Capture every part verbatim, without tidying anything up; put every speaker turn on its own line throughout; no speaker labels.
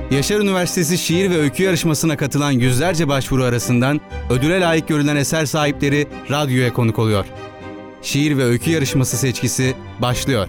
Yaşar Üniversitesi Şiir ve Öykü Yarışması'na katılan yüzlerce başvuru arasından ödüle layık görülen eser sahipleri radyoya konuk oluyor. Şiir ve Öykü Yarışması seçkisi başlıyor.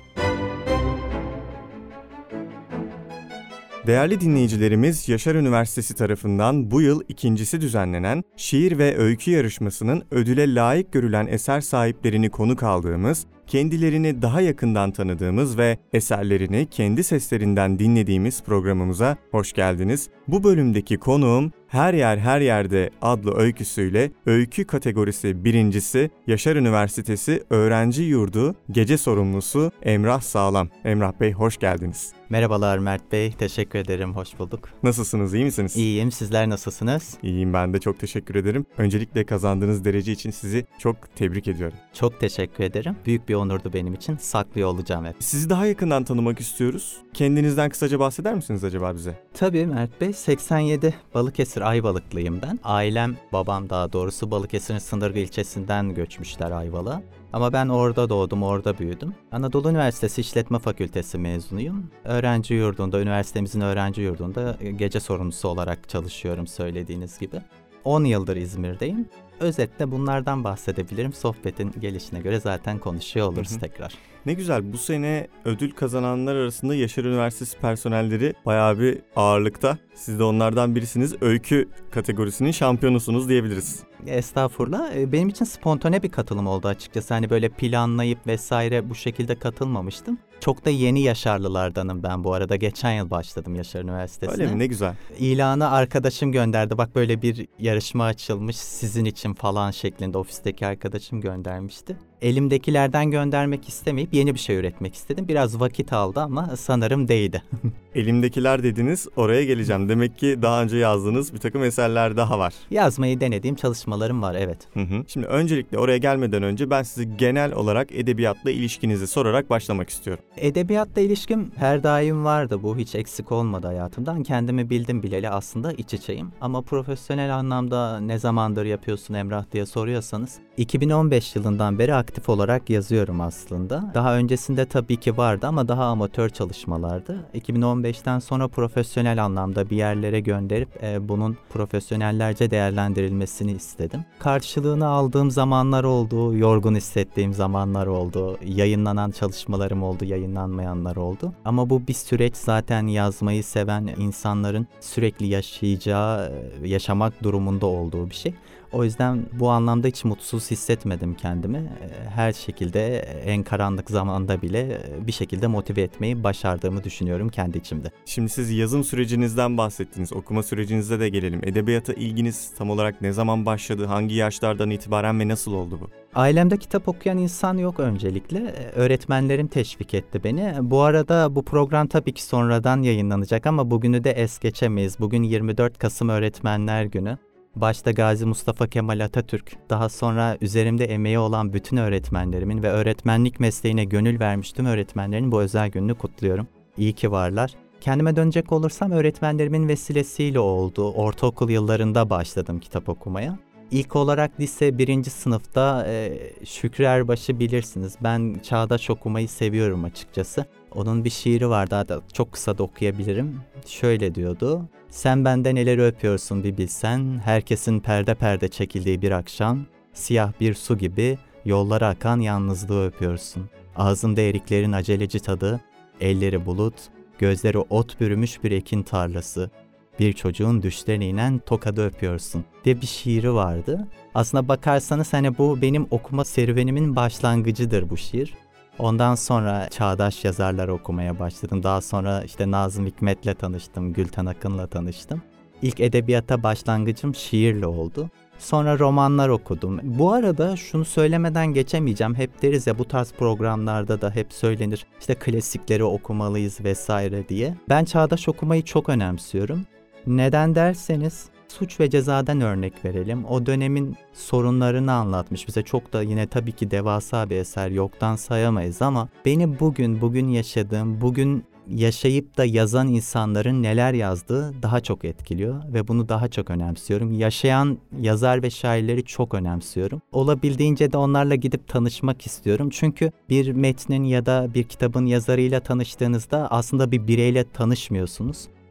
Değerli dinleyicilerimiz, Yaşar Üniversitesi tarafından bu yıl ikincisi düzenlenen Şiir ve Öykü Yarışması'nın ödüle layık görülen eser sahiplerini konuk aldığımız, kendilerini daha yakından tanıdığımız ve eserlerini kendi seslerinden dinlediğimiz programımıza hoş geldiniz. Bu bölümdeki konuğum Her Yer Her Yerde adlı öyküsüyle öykü kategorisi birincisi Yaşar Üniversitesi Öğrenci Yurdu Gece Sorumlusu Emrah Sağlam. Emrah Bey, hoş geldiniz.
Merhabalar Mert Bey, teşekkür ederim, hoş bulduk.
Nasılsınız, iyi misiniz?
İyiyim, sizler nasılsınız?
İyiyim, ben de çok teşekkür ederim. Öncelikle kazandığınız derece için sizi çok tebrik ediyorum.
Çok teşekkür ederim. Büyük bir onurdu benim için. Saklıyor olacağım hep.
Sizi daha yakından tanımak istiyoruz. Kendinizden kısaca bahseder misiniz acaba bize?
Tabii Mert Bey, seksen yedi Balıkesir Ayvalıklıyım ben. Ailem, babam daha doğrusu Balıkesir'in Sındırgı ilçesinden göçmüşler Ayvalık'a. Ama ben orada doğdum, orada büyüdüm. Anadolu Üniversitesi İşletme Fakültesi mezunuyum. Öğrenci yurdunda, üniversitemizin öğrenci yurdunda gece sorumlusu olarak çalışıyorum söylediğiniz gibi. on yıldır İzmir'deyim. Özetle bunlardan bahsedebilirim. Sohbetin gelişine göre zaten konuşuyor oluruz hı hı. tekrar.
Ne güzel, bu sene ödül kazananlar arasında Yaşar Üniversitesi personelleri bayağı bir ağırlıkta. Siz de onlardan birisiniz. Öykü kategorisinin şampiyonusunuz diyebiliriz.
Estağfurullah. Benim için spontane bir katılım oldu açıkçası. Hani böyle planlayıp vesaire bu şekilde katılmamıştım. Çok da yeni Yaşarlılardanım ben bu arada. Geçen yıl başladım Yaşar Üniversitesi'ne.
Öyle mi? Ne güzel.
İlanı arkadaşım gönderdi. Bak böyle bir yarışma açılmış sizin için falan şeklinde ofisteki arkadaşım göndermişti. Elimdekilerden göndermek istemeyip yeni bir şey üretmek istedim. Biraz vakit aldı ama sanırım değdi.
Elimdekiler dediniz, oraya geleceğim. Demek ki daha önce yazdığınız bir takım eserler daha var.
Yazmayı denediğim çalışmalarım var, evet.
Hı hı. Şimdi öncelikle oraya gelmeden önce ben sizi genel olarak edebiyatla ilişkinizi sorarak başlamak istiyorum.
Edebiyatla ilişkim her daim vardı. Bu hiç eksik olmadı hayatımdan. Kendimi bildim bileli aslında iç içeyim. Ama profesyonel anlamda ne zamandır yapıyorsun Emrah diye soruyorsanız iki bin on beş yılından beri aktif olarak yazıyorum aslında. Daha öncesinde tabii ki vardı ama daha amatör çalışmalardı. iki bin on beşten sonra profesyonel anlamda bir yerlere gönderip e, bunun profesyonellerce değerlendirilmesini istedim. Karşılığını aldığım zamanlar oldu, yorgun hissettiğim zamanlar oldu, yayınlanan çalışmalarım oldu, yayınlanmayanlar oldu. Ama bu bir süreç, zaten yazmayı seven insanların sürekli yaşayacağı, yaşamak durumunda olduğu bir şey. O yüzden bu anlamda hiç mutsuz hissetmedim kendimi. Her şekilde en karanlık zamanda bile bir şekilde motive etmeyi başardığımı düşünüyorum kendi içimde.
Şimdi siz yazım sürecinizden bahsettiniz. Okuma sürecinize de gelelim. Edebiyata ilginiz tam olarak ne zaman başladı? Hangi yaşlardan itibaren ve nasıl oldu bu?
Ailemde kitap okuyan insan yok öncelikle. Öğretmenlerim teşvik etti beni. Bu arada bu program tabii ki sonradan yayınlanacak ama bugünü de es geçemeyiz. Bugün yirmi dört Kasım Öğretmenler Günü. Başta Gazi Mustafa Kemal Atatürk, daha sonra üzerimde emeği olan bütün öğretmenlerimin ve öğretmenlik mesleğine gönül vermiş tüm öğretmenlerin bu özel gününü kutluyorum. İyi ki varlar. Kendime dönecek olursam öğretmenlerimin vesilesiyle oldu. Ortaokul yıllarında başladım kitap okumaya. İlk olarak lise birinci sınıfta e, Şükrü Erbaş'ı bilirsiniz. Ben çağdaş okumayı seviyorum açıkçası. Onun bir şiiri var, daha da çok kısa da okuyabilirim. Şöyle diyordu. Sen benden neleri öpüyorsun bir bilsen, herkesin perde perde çekildiği bir akşam, siyah bir su gibi yollara akan yalnızlığı öpüyorsun. Ağzında eriklerin aceleci tadı, elleri bulut, gözleri ot bürümüş bir ekin tarlası. Bir çocuğun düşlerine inen tokadı öpüyorsun diye bir şiiri vardı. Aslına bakarsanız hani bu benim okuma serüvenimin başlangıcıdır bu şiir. Ondan sonra çağdaş yazarlar okumaya başladım. Daha sonra işte Nazım Hikmet'le tanıştım, Gülten Akın'la tanıştım. İlk edebiyata başlangıcım şiirle oldu. Sonra romanlar okudum. Bu arada şunu söylemeden geçemeyeceğim. Hep deriz ya, bu tarz programlarda da hep söylenir. İşte klasikleri okumalıyız vesaire diye. Ben çağdaş okumayı çok önemsiyorum. Neden derseniz Suç ve Ceza'dan örnek verelim. O dönemin sorunlarını anlatmış bize. Çok da yine tabii ki devasa bir eser, yoktan sayamayız ama beni bugün, bugün yaşadığım, bugün yaşayıp da yazan insanların neler yazdığı daha çok etkiliyor ve bunu daha çok önemsiyorum. Yaşayan yazar ve şairleri çok önemsiyorum. Olabildiğince de onlarla gidip tanışmak istiyorum. Çünkü bir metnin ya da bir kitabın yazarıyla tanıştığınızda aslında bir bireyle tanışmıyorsunuz.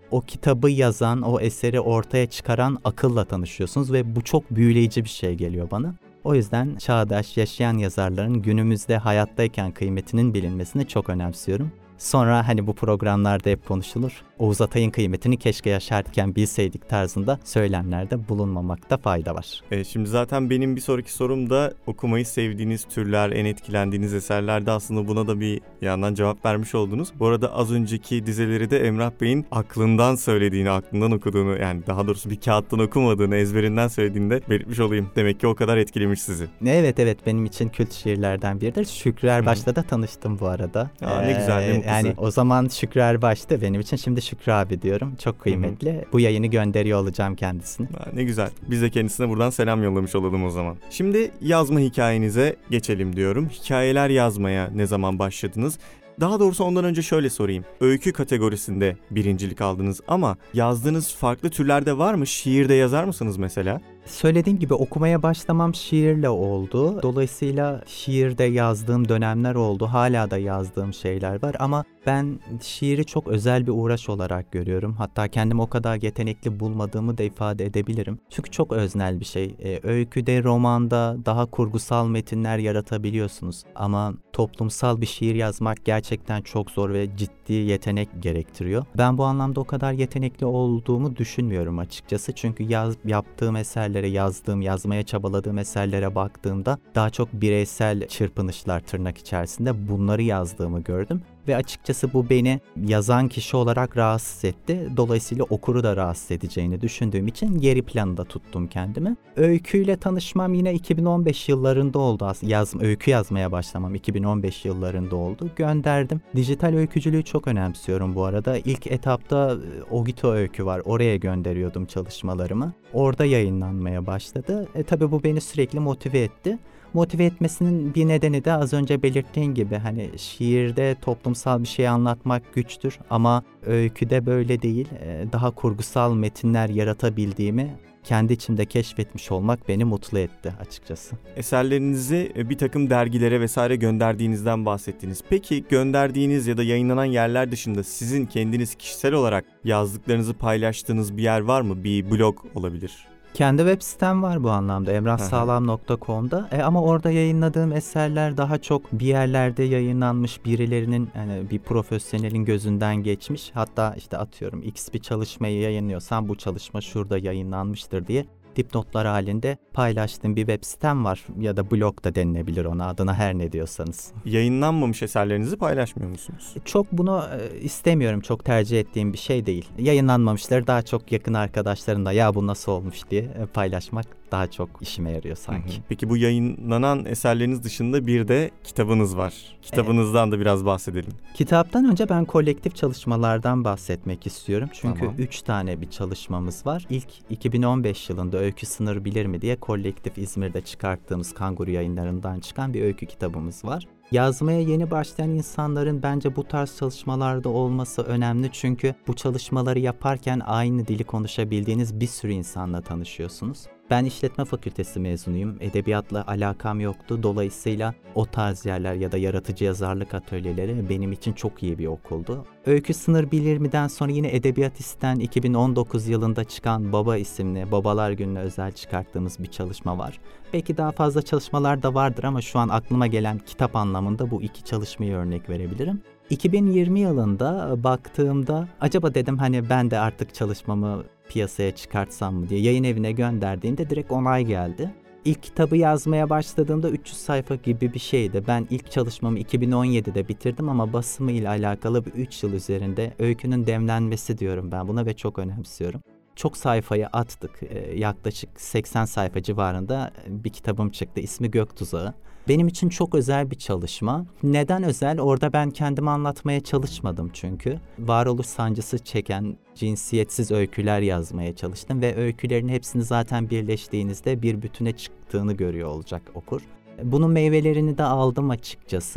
o kitabı yazan, o eseri ortaya çıkaran akılla tanışıyorsunuz ve bu çok büyüleyici bir şey geliyor bana. O yüzden çağdaş yaşayan yazarların günümüzde hayattayken kıymetinin bilinmesini çok önemsiyorum. Sonra hani bu programlarda hep konuşulur. Oğuz Atay'ın kıymetini keşke yaşarken bilseydik tarzında söylemlerde bulunmamakta fayda var.
E, şimdi zaten benim bir sonraki sorum da okumayı sevdiğiniz türler, en etkilendiğiniz eserlerde aslında buna da bir yandan cevap vermiş oldunuz. Bu arada az önceki dizeleri de Emrah Bey'in aklından söylediğini, aklından okuduğunu, yani daha doğrusu bir kağıttan okumadığını, ezberinden söylediğini de belirtmiş olayım. Demek ki o kadar etkilemiş sizi.
Evet evet benim için kült şiirlerden biridir. Şükrü Erbaş'la da tanıştım bu arada.
Aa, ne güzel, ne mutlu.
Yani o zaman Şükrü Erbaş'tı benim için. Şimdi Şükrü abi diyorum. Çok kıymetli. Hı hı. Bu yayını gönderiyor olacağım kendisine.
Ha, ne güzel. Biz de kendisine buradan selam yollamış olalım o zaman. Şimdi yazma hikayenize geçelim diyorum. Hikayeler yazmaya ne zaman başladınız? Daha doğrusu ondan önce şöyle sorayım. Öykü kategorisinde birincilik aldınız ama yazdığınız farklı türlerde var mı? Şiirde yazar mısınız mesela?
Söylediğim gibi okumaya başlamam şiirle oldu. Dolayısıyla şiirde yazdığım dönemler oldu. Hala da yazdığım şeyler var ama ben şiiri çok özel bir uğraş olarak görüyorum. Hatta kendimi o kadar yetenekli bulmadığımı da ifade edebilirim. Çünkü çok öznel bir şey. Ee, öyküde, romanda daha kurgusal metinler yaratabiliyorsunuz. Ama toplumsal bir şiir yazmak gerçekten çok zor ve ciddi yetenek gerektiriyor. Ben bu anlamda o kadar yetenekli olduğumu düşünmüyorum açıkçası. Çünkü yaz, yaptığım eserler yazdığım, yazmaya çabaladığım eserlere baktığımda daha çok bireysel çırpınışlar tırnak içerisinde bunları yazdığımı gördüm. Ve açıkçası bu beni yazan kişi olarak rahatsız etti. Dolayısıyla okuru da rahatsız edeceğini düşündüğüm için geri planda tuttum kendimi. Öyküyle tanışmam yine iki bin on beş yıllarında oldu. Yaz, öykü yazmaya başlamam iki bin on beş yıllarında oldu. Gönderdim. Dijital öykücülüğü çok önemsiyorum bu arada. İlk etapta Ogito Öykü var. Oraya gönderiyordum çalışmalarımı. Orada yayınlanmaya başladı. E, tabii bu beni sürekli motive etti. Motive etmesinin bir nedeni de az önce belirttiğin gibi hani şiirde toplumsal bir şey anlatmak güçtür ama öyküde böyle değil. Daha kurgusal metinler yaratabildiğimi kendi içimde keşfetmiş olmak beni mutlu etti açıkçası.
Eserlerinizi bir takım dergilere vesaire gönderdiğinizden bahsettiniz. Peki gönderdiğiniz ya da yayınlanan yerler dışında sizin kendiniz kişisel olarak yazdıklarınızı paylaştığınız bir yer var mı? Bir blog olabilir.
Kendi web sitem var bu anlamda emrah sağlam nokta com'da e, ama orada yayınladığım eserler daha çok bir yerlerde yayınlanmış birilerinin yani bir profesyonelin gözünden geçmiş. Hatta işte atıyorum X bir çalışmayı yayınlıyorsam bu çalışma şurada yayınlanmıştır diye dipnotlar halinde paylaştığım bir web sitem var ya da blog da denilebilir ona adına her ne diyorsanız.
Yayınlanmamış eserlerinizi paylaşmıyor musunuz?
Çok bunu e, istemiyorum. Çok tercih ettiğim bir şey değil. Yayınlanmamışları daha çok yakın arkadaşlarımla ya bu nasıl olmuş diye e, paylaşmak daha çok işime yarıyor sanki.
Hı hı. Peki bu yayınlanan eserleriniz dışında bir de kitabınız var. Kitabınızdan evet. da biraz bahsedelim.
Kitaptan önce ben kolektif çalışmalardan bahsetmek istiyorum. Çünkü tamam. üç tane bir çalışmamız var. İlk iki bin on beş yılında Öykü Sınır Bilir mi diye kolektif İzmir'de çıkarttığımız Kanguru Yayınları'ndan çıkan bir öykü kitabımız var. Yazmaya yeni başlayan insanların bence bu tarz çalışmalarda olması önemli çünkü bu çalışmaları yaparken aynı dili konuşabildiğiniz bir sürü insanla tanışıyorsunuz. Ben işletme fakültesi mezunuyum. Edebiyatla alakam yoktu. Dolayısıyla o tarz yerler ya da yaratıcı yazarlık atölyeleri benim için çok iyi bir okuldu. Öykü Sınır Bilir mi'den sonra yine Edebiyat İş'ten iki bin on dokuz yılında çıkan Baba isimli Babalar Günü'ne özel çıkarttığımız bir çalışma var. Belki daha fazla çalışmalar da vardır ama şu an aklıma gelen kitap anlamında bu iki çalışmayı örnek verebilirim. iki bin yirmi yılında baktığımda acaba dedim hani ben de artık çalışmamı piyasaya çıkartsam mı diye yayın evine gönderdiğimde direkt onay geldi. İlk kitabı yazmaya başladığımda üç yüz sayfa gibi bir şeydi. Ben ilk çalışmamı iki bin on yedide bitirdim ama basımı ile alakalı bir üç yıl üzerinde öykünün demlenmesi diyorum ben buna ve çok önemsiyorum. Çok sayfayı attık. Ee, yaklaşık seksen sayfa civarında bir kitabım çıktı. İsmi Gök Tuzağı. Benim için çok özel bir çalışma. Neden özel? Orada ben kendimi anlatmaya çalışmadım çünkü. Varoluş sancısı çeken cinsiyetsiz öyküler yazmaya çalıştım ve öykülerin hepsini zaten birleştiğinizde bir bütüne çıktığını görüyor olacak okur. Bunun meyvelerini de aldım açıkçası.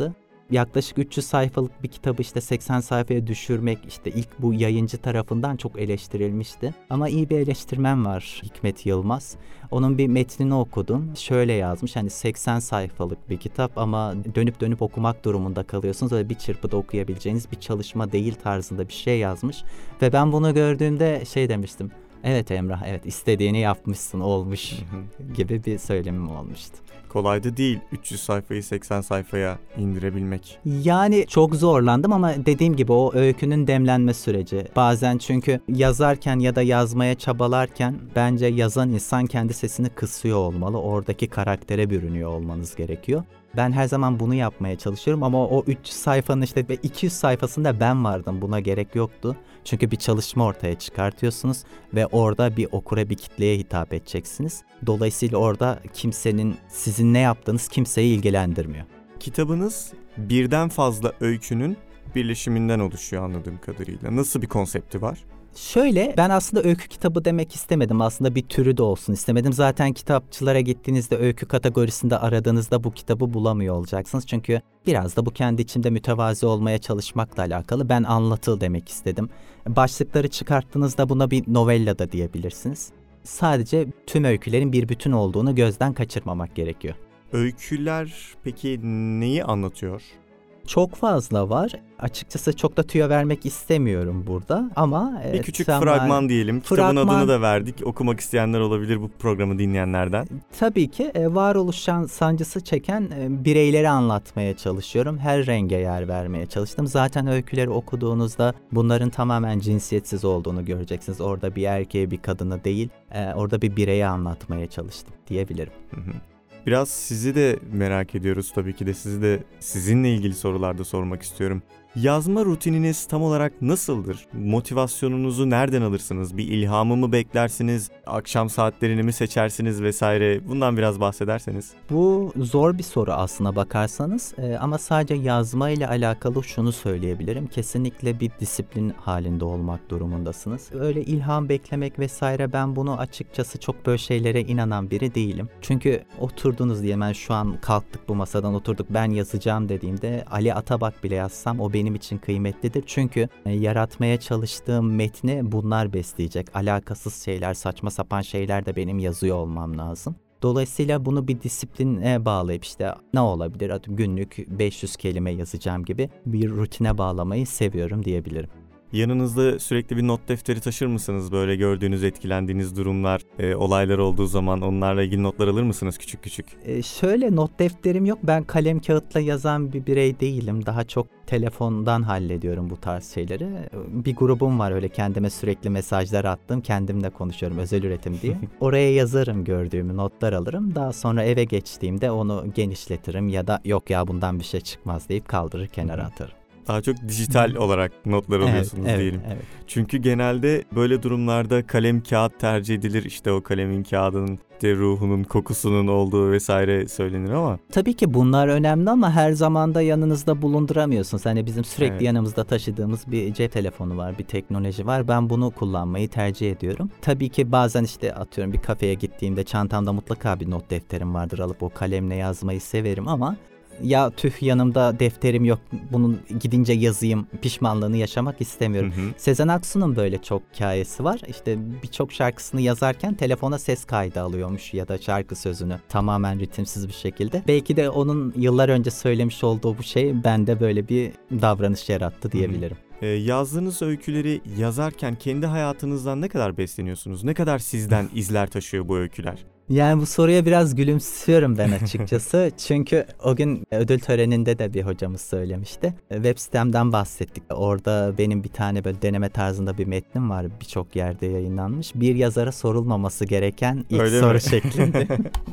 yaklaşık üç yüz sayfalık bir kitabı işte seksen sayfaya düşürmek işte ilk bu yayıncı tarafından çok eleştirilmişti. Ama iyi bir eleştirmen var, Hikmet Yılmaz. Onun bir metnini okudum. Şöyle yazmış, hani seksen sayfalık bir kitap ama dönüp dönüp okumak durumunda kalıyorsunuz ve bir çırpıda okuyabileceğiniz bir çalışma değil tarzında bir şey yazmış. Ve ben bunu gördüğümde şey demiştim. Evet Emrah, evet istediğini yapmışsın, olmuş gibi bir söylemim olmuştu.
Kolay da değil üç yüz sayfayı seksen sayfaya indirebilmek.
Yani çok zorlandım ama dediğim gibi o öykünün demlenme süreci. Bazen çünkü yazarken ya da yazmaya çabalarken bence yazan insan kendi sesini kısıyor olmalı. Oradaki karaktere bürünüyor olmanız gerekiyor. Ben her zaman bunu yapmaya çalışıyorum ama o üç yüz sayfanın işte iki yüz sayfasında ben vardım. Buna gerek yoktu. Çünkü bir çalışma ortaya çıkartıyorsunuz ve orada bir okura, bir kitleye hitap edeceksiniz. Dolayısıyla orada kimsenin, sizin ne yaptığınız kimseyi ilgilendirmiyor.
Kitabınız birden fazla öykünün birleşiminden oluşuyor anladığım kadarıyla. Nasıl bir konsepti var?
Şöyle, ben aslında öykü kitabı demek istemedim. Aslında bir türü de olsun istemedim. Zaten kitapçılara gittiğinizde öykü kategorisinde aradığınızda bu kitabı bulamıyor olacaksınız. Çünkü biraz da bu kendi içimde mütevazi olmaya çalışmakla alakalı. Ben anlatıl demek istedim. Başlıkları çıkarttığınızda buna bir novella da diyebilirsiniz. Sadece tüm öykülerin bir bütün olduğunu gözden kaçırmamak gerekiyor.
Öyküler peki neyi anlatıyor?
Çok fazla var. Açıkçası çok da tüyo vermek istemiyorum burada ama...
Bir küçük
tamam,
fragman diyelim. Kitabın
fragman,
adını da verdik. Okumak isteyenler olabilir bu programı dinleyenlerden.
Tabii ki varoluşan sancısı çeken bireyleri anlatmaya çalışıyorum. Her renge yer vermeye çalıştım. Zaten öyküleri okuduğunuzda bunların tamamen cinsiyetsiz olduğunu göreceksiniz. Orada bir erkeği, bir kadını değil, orada bir bireyi anlatmaya çalıştım diyebilirim.
Hı hı. Biraz sizi de merak ediyoruz tabii ki de sizi de sizinle ilgili sorular da sormak istiyorum. Yazma rutininiz tam olarak nasıldır? Motivasyonunuzu nereden alırsınız? Bir ilhamı mı beklersiniz? Akşam saatlerini mi seçersiniz vesaire? Bundan biraz bahsederseniz.
Bu zor bir soru aslına bakarsanız ee, ama sadece yazma ile alakalı şunu söyleyebilirim. Kesinlikle bir disiplin halinde olmak durumundasınız. Öyle ilham beklemek vesaire, ben bunu açıkçası çok böyle şeylere inanan biri değilim. Çünkü oturdunuz diye, ben şu an kalktık bu masadan oturduk ben yazacağım dediğimde Ali Atabak bile yazsam o benim için kıymetlidir. Çünkü e, yaratmaya çalıştığım metni bunlar besleyecek. Alakasız şeyler, saçma sapan şeyler de benim yazıyor olmam lazım. Dolayısıyla bunu bir disipline bağlayıp işte ne olabilir? Günlük beş yüz kelime yazacağım gibi bir rutine bağlamayı seviyorum diyebilirim.
Yanınızda sürekli bir not defteri taşır mısınız? Böyle gördüğünüz, etkilendiğiniz durumlar, e, olaylar olduğu zaman onlarla ilgili notlar alır mısınız küçük küçük?
E, şöyle, not defterim yok. Ben kalem kağıtla yazan bir birey değilim. Daha çok telefondan hallediyorum bu tarz şeyleri. Bir grubum var, öyle kendime sürekli mesajlar attım. Kendimle konuşuyorum, özel üretim diye. Oraya yazarım gördüğümü, notlar alırım. Daha sonra eve geçtiğimde onu genişletirim ya da yok ya bundan bir şey çıkmaz deyip kaldırır kenara atarım.
Daha çok dijital olarak notlar alıyorsunuz
evet,
diyelim.
Evet, evet.
Çünkü genelde böyle durumlarda kalem kağıt tercih edilir. İşte o kalemin kağıdının işte ruhunun, kokusunun olduğu vesaire söylenir ama.
Tabii ki bunlar önemli ama her zaman da yanınızda bulunduramıyorsunuz. Hani bizim sürekli
Evet.
yanımızda taşıdığımız bir cep telefonu var, bir teknoloji var. Ben bunu kullanmayı tercih ediyorum. Tabii ki bazen işte atıyorum bir kafeye gittiğimde çantamda mutlaka bir not defterim vardır. Alıp o kalemle yazmayı severim ama ya tüh yanımda defterim yok, bunun gidince yazayım pişmanlığını yaşamak istemiyorum.
Hı hı.
Sezen Aksu'nun böyle çok hikayesi var. İşte birçok şarkısını yazarken telefona ses kaydı alıyormuş ya da şarkı sözünü tamamen ritimsiz bir şekilde. Belki de onun yıllar önce söylemiş olduğu bu şey bende böyle bir davranış yarattı diyebilirim.
Ee, yazdığınız öyküleri yazarken kendi hayatınızdan ne kadar besleniyorsunuz? Ne kadar sizden izler taşıyor bu öyküler?
Yani bu soruya biraz gülümsüyorum ben açıkçası. Çünkü o gün ödül töreninde de bir hocamız söylemişti. Web sitemden bahsettik. Orada benim bir tane böyle deneme tarzında bir metnim var. Birçok yerde yayınlanmış. Bir yazara sorulmaması gereken ilk
Öyle
soru
mi?
şeklinde.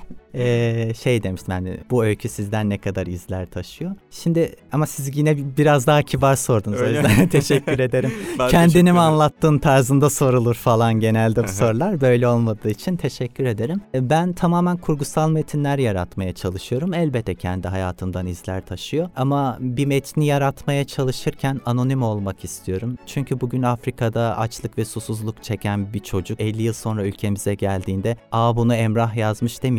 Ee, şey demiştim, yani bu öykü sizden ne kadar izler taşıyor. Şimdi ama siz yine biraz daha kibar sordunuz.
Öyle.
O yüzden teşekkür ederim.
Ben
Kendini
teşekkür
mi
ederim.
anlattığın tarzında sorulur falan genelde bu sorular. Böyle olmadığı için teşekkür ederim. Ben tamamen kurgusal metinler yaratmaya çalışıyorum. Elbette kendi hayatımdan izler taşıyor. Ama bir metni yaratmaya çalışırken anonim olmak istiyorum. Çünkü bugün Afrika'da açlık ve susuzluk çeken bir çocuk elli yıl sonra ülkemize geldiğinde aa bunu Emrah yazmış demeyecek. Aa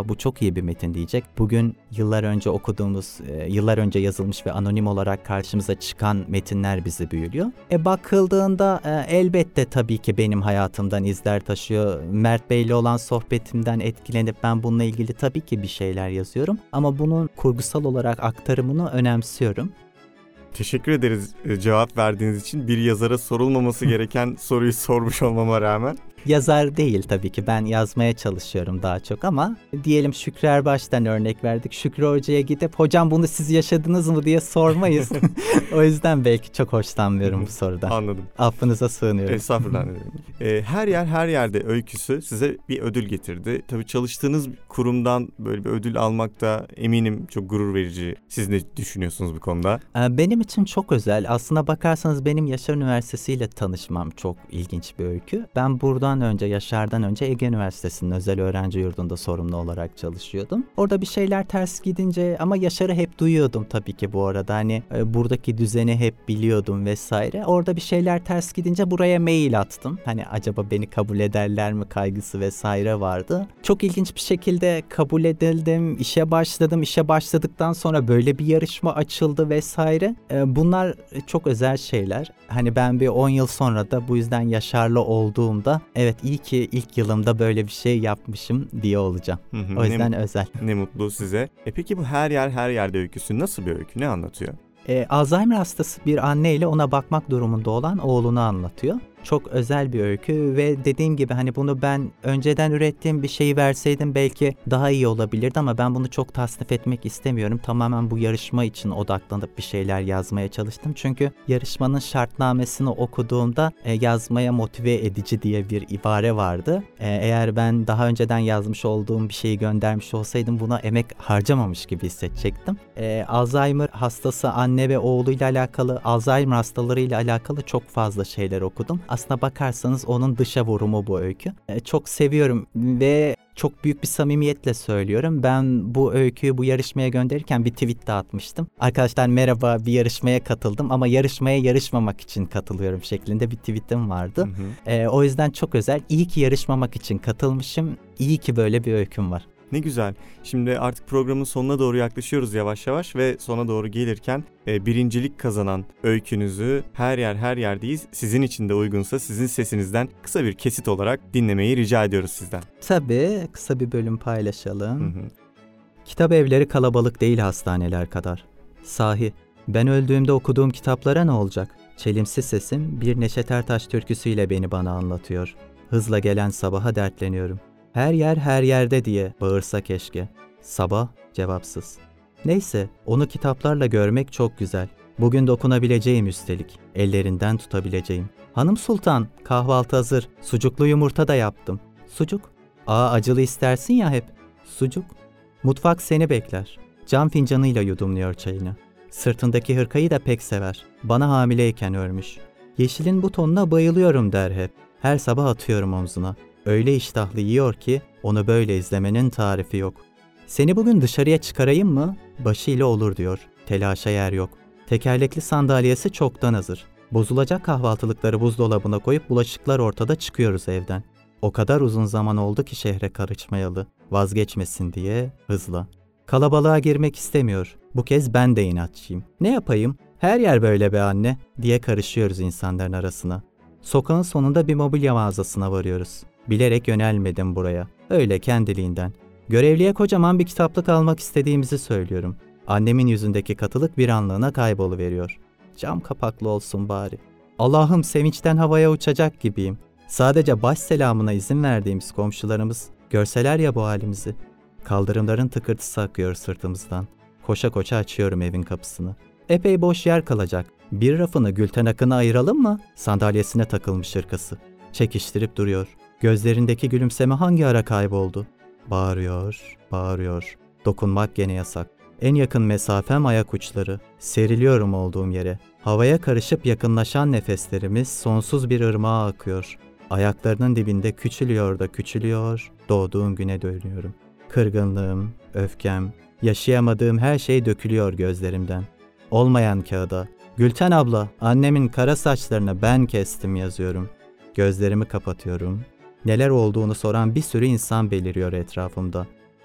aa bu çok iyi bir metin diyecek. Bugün yıllar önce okuduğumuz, e, yıllar önce yazılmış ve anonim olarak karşımıza çıkan metinler bizi büyülüyor. E bakıldığında e, elbette tabii ki benim hayatımdan izler taşıyor. Mert Bey'le olan sohbetimden etkilenip ben bununla ilgili tabii ki bir şeyler yazıyorum. Ama bunun kurgusal olarak aktarımını önemsiyorum.
Teşekkür ederiz cevap verdiğiniz için. Bir yazara sorulmaması gereken soruyu sormuş olmama rağmen.
Yazar değil tabii ki, ben yazmaya çalışıyorum daha çok ama diyelim Şükrü Erbaş'tan örnek verdik. Şükrü Hoca'ya gidip hocam bunu siz yaşadınız mı diye sormayız. O yüzden belki çok hoşlanmıyorum bu sorudan.
Anladım.
Affınıza sığınıyorum.
Estağfurullah. e, her yer her yerde öyküsü size bir ödül getirdi. Tabii çalıştığınız kurumdan böyle bir ödül almak da eminim çok gurur verici. Siz ne düşünüyorsunuz bu konuda?
Benim için çok özel. Aslına bakarsanız benim Yaşar Üniversitesi ile tanışmam çok ilginç bir öykü. Ben buradan önce, Yaşar'dan önce Ege Üniversitesi'nin özel öğrenci yurdunda sorumlu olarak çalışıyordum. Orada bir şeyler ters gidince, ama Yaşar'ı hep duyuyordum tabii ki bu arada. Hani e, buradaki düzeni hep biliyordum vesaire. Orada bir şeyler ters gidince buraya mail attım. Hani acaba beni kabul ederler mi kaygısı vesaire vardı. Çok ilginç bir şekilde kabul edildim. İşe başladım. İşe başladıktan sonra böyle bir yarışma açıldı vesaire. E, bunlar çok özel şeyler. Hani ben bir on yıl sonra da bu yüzden Yaşar'la olduğumda evet iyi ki ilk yılımda böyle bir şey yapmışım diye olacağım. Hı hı, o yüzden
ne,
özel.
Ne mutlu size. E peki bu her yer her yerde öyküsü nasıl bir öykü? Ne anlatıyor?
E, Alzheimer hastası bir anne ile ona bakmak durumunda olan oğlunu anlatıyor. Çok özel bir öykü ve dediğim gibi hani bunu ben önceden ürettiğim bir şeyi verseydim belki daha iyi olabilirdi ama ben bunu çok tasnif etmek istemiyorum. Tamamen bu yarışma için odaklanıp bir şeyler yazmaya çalıştım. Çünkü yarışmanın şartnamesini okuduğumda e, yazmaya motive edici diye bir ibare vardı. E, eğer ben daha önceden yazmış olduğum bir şeyi göndermiş olsaydım buna emek harcamamış gibi hissedecektim. E, Alzheimer hastası anne ve oğluyla alakalı, Alzheimer hastalarıyla alakalı çok fazla şeyler okudum. Aslına bakarsanız onun dışa vurumu bu öykü. Ee, çok seviyorum ve çok büyük bir samimiyetle söylüyorum. Ben bu öyküyü bu yarışmaya gönderirken bir tweet de atmıştım. Arkadaşlar merhaba, bir yarışmaya katıldım ama yarışmaya yarışmamak için katılıyorum şeklinde bir tweetim vardı. Hı hı. Ee, o yüzden çok özel. İyi ki yarışmamak için katılmışım. İyi ki böyle bir öyküm var.
Ne güzel. Şimdi artık programın sonuna doğru yaklaşıyoruz yavaş yavaş ve sona doğru gelirken e, birincilik kazanan öykünüzü Her Yer Her Yerdeyiz sizin için de uygunsa sizin sesinizden kısa bir kesit olarak dinlemeyi rica ediyoruz sizden.
Tabii, kısa bir bölüm paylaşalım.
Hı hı.
Kitap evleri kalabalık değil hastaneler kadar. Sahi, ben öldüğümde okuduğum kitaplara ne olacak? Çelimsiz sesim bir Neşet Ertaş türküsüyle beni bana anlatıyor. Hızla gelen sabaha dertleniyorum. Her yer her yerde diye bağırsa keşke. Sabah cevapsız. Neyse, onu kitaplarla görmek çok güzel. Bugün dokunabileceğim üstelik. Ellerinden tutabileceğim. Hanım Sultan, kahvaltı hazır. Sucuklu yumurta da yaptım. Sucuk. Aa acılı istersin ya hep. Sucuk. Mutfak seni bekler. Cam fincanıyla yudumluyor çayını. Sırtındaki hırkayı da pek sever. Bana hamileyken örmüş. Yeşilin bu tonuna bayılıyorum der hep. Her sabah atıyorum omzuna. Öyle iştahlı yiyor ki onu böyle izlemenin tarifi yok. Seni bugün dışarıya çıkarayım mı? Başıyla olur diyor. Telaşa yer yok. Tekerlekli sandalyesi çoktan hazır. Bozulacak kahvaltılıkları buzdolabına koyup bulaşıklar ortada çıkıyoruz evden. O kadar uzun zaman oldu ki şehre karışmayalı. Vazgeçmesin diye hızla. Kalabalığa girmek istemiyor. Bu kez ben de inatçıyım. Ne yapayım? Her yer böyle be anne diye karışıyoruz insanların arasına. Sokağın sonunda bir mobilya mağazasına varıyoruz. Bilerek yönelmedim buraya. Öyle kendiliğinden. Görevliye kocaman bir kitaplık almak istediğimizi söylüyorum. Annemin yüzündeki katılık bir anlığına kayboluveriyor. Cam kapaklı olsun bari. Allah'ım sevinçten havaya uçacak gibiyim. Sadece baş selamına izin verdiğimiz komşularımız görseler ya bu halimizi. Kaldırımların tıkırtısı akıyor sırtımızdan. Koşa koşa açıyorum evin kapısını. Epey boş yer kalacak. Bir rafını Gülten Akın'a ayıralım mı? Sandalyesine takılmış hırkası. Çekiştirip duruyor. Gözlerindeki gülümseme hangi ara kayboldu? Bağırıyor, bağırıyor. Dokunmak gene yasak. En yakın mesafem ayak uçları. Seriliyorum olduğum yere. Havaya karışıp yakınlaşan nefeslerimiz sonsuz bir ırmağa akıyor. Ayaklarının dibinde küçülüyor da küçülüyor, doğduğum güne dönüyorum. Kırgınlığım, öfkem, yaşayamadığım her şey dökülüyor gözlerimden. Olmayan kağıda, Gülten abla, annemin kara saçlarını ben kestim yazıyorum. Gözlerimi kapatıyorum. Neler olduğunu soran bir sürü insan beliriyor etrafımda.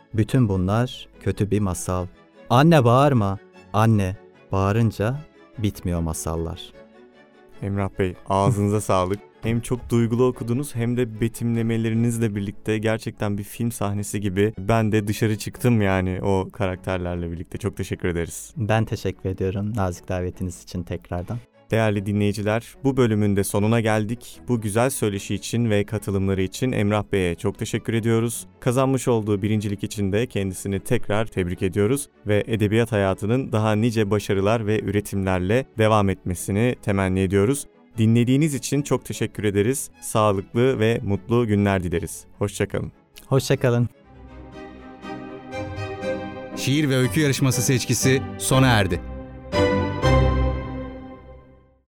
Bütün bunlar kötü bir masal. Anne bağırma. Anne bağırınca bitmiyor masallar.
Emrah Bey, ağzınıza sağlık. Hem çok duygulu okudunuz hem de betimlemelerinizle birlikte gerçekten bir film sahnesi gibi ben de dışarı çıktım yani o karakterlerle birlikte. Çok teşekkür ederiz.
Ben teşekkür ediyorum nazik davetiniz için tekrardan.
Değerli dinleyiciler, bu bölümün de sonuna geldik. Bu güzel söyleşi için ve katılımları için Emrah Bey'e çok teşekkür ediyoruz. Kazanmış olduğu birincilik için de kendisini tekrar tebrik ediyoruz ve edebiyat hayatının daha nice başarılar ve üretimlerle devam etmesini temenni ediyoruz. Dinlediğiniz için çok teşekkür ederiz. Sağlıklı ve mutlu günler dileriz. Hoşça kalın.
Hoşça kalın.
Şiir ve öykü yarışması seçkisi sona erdi.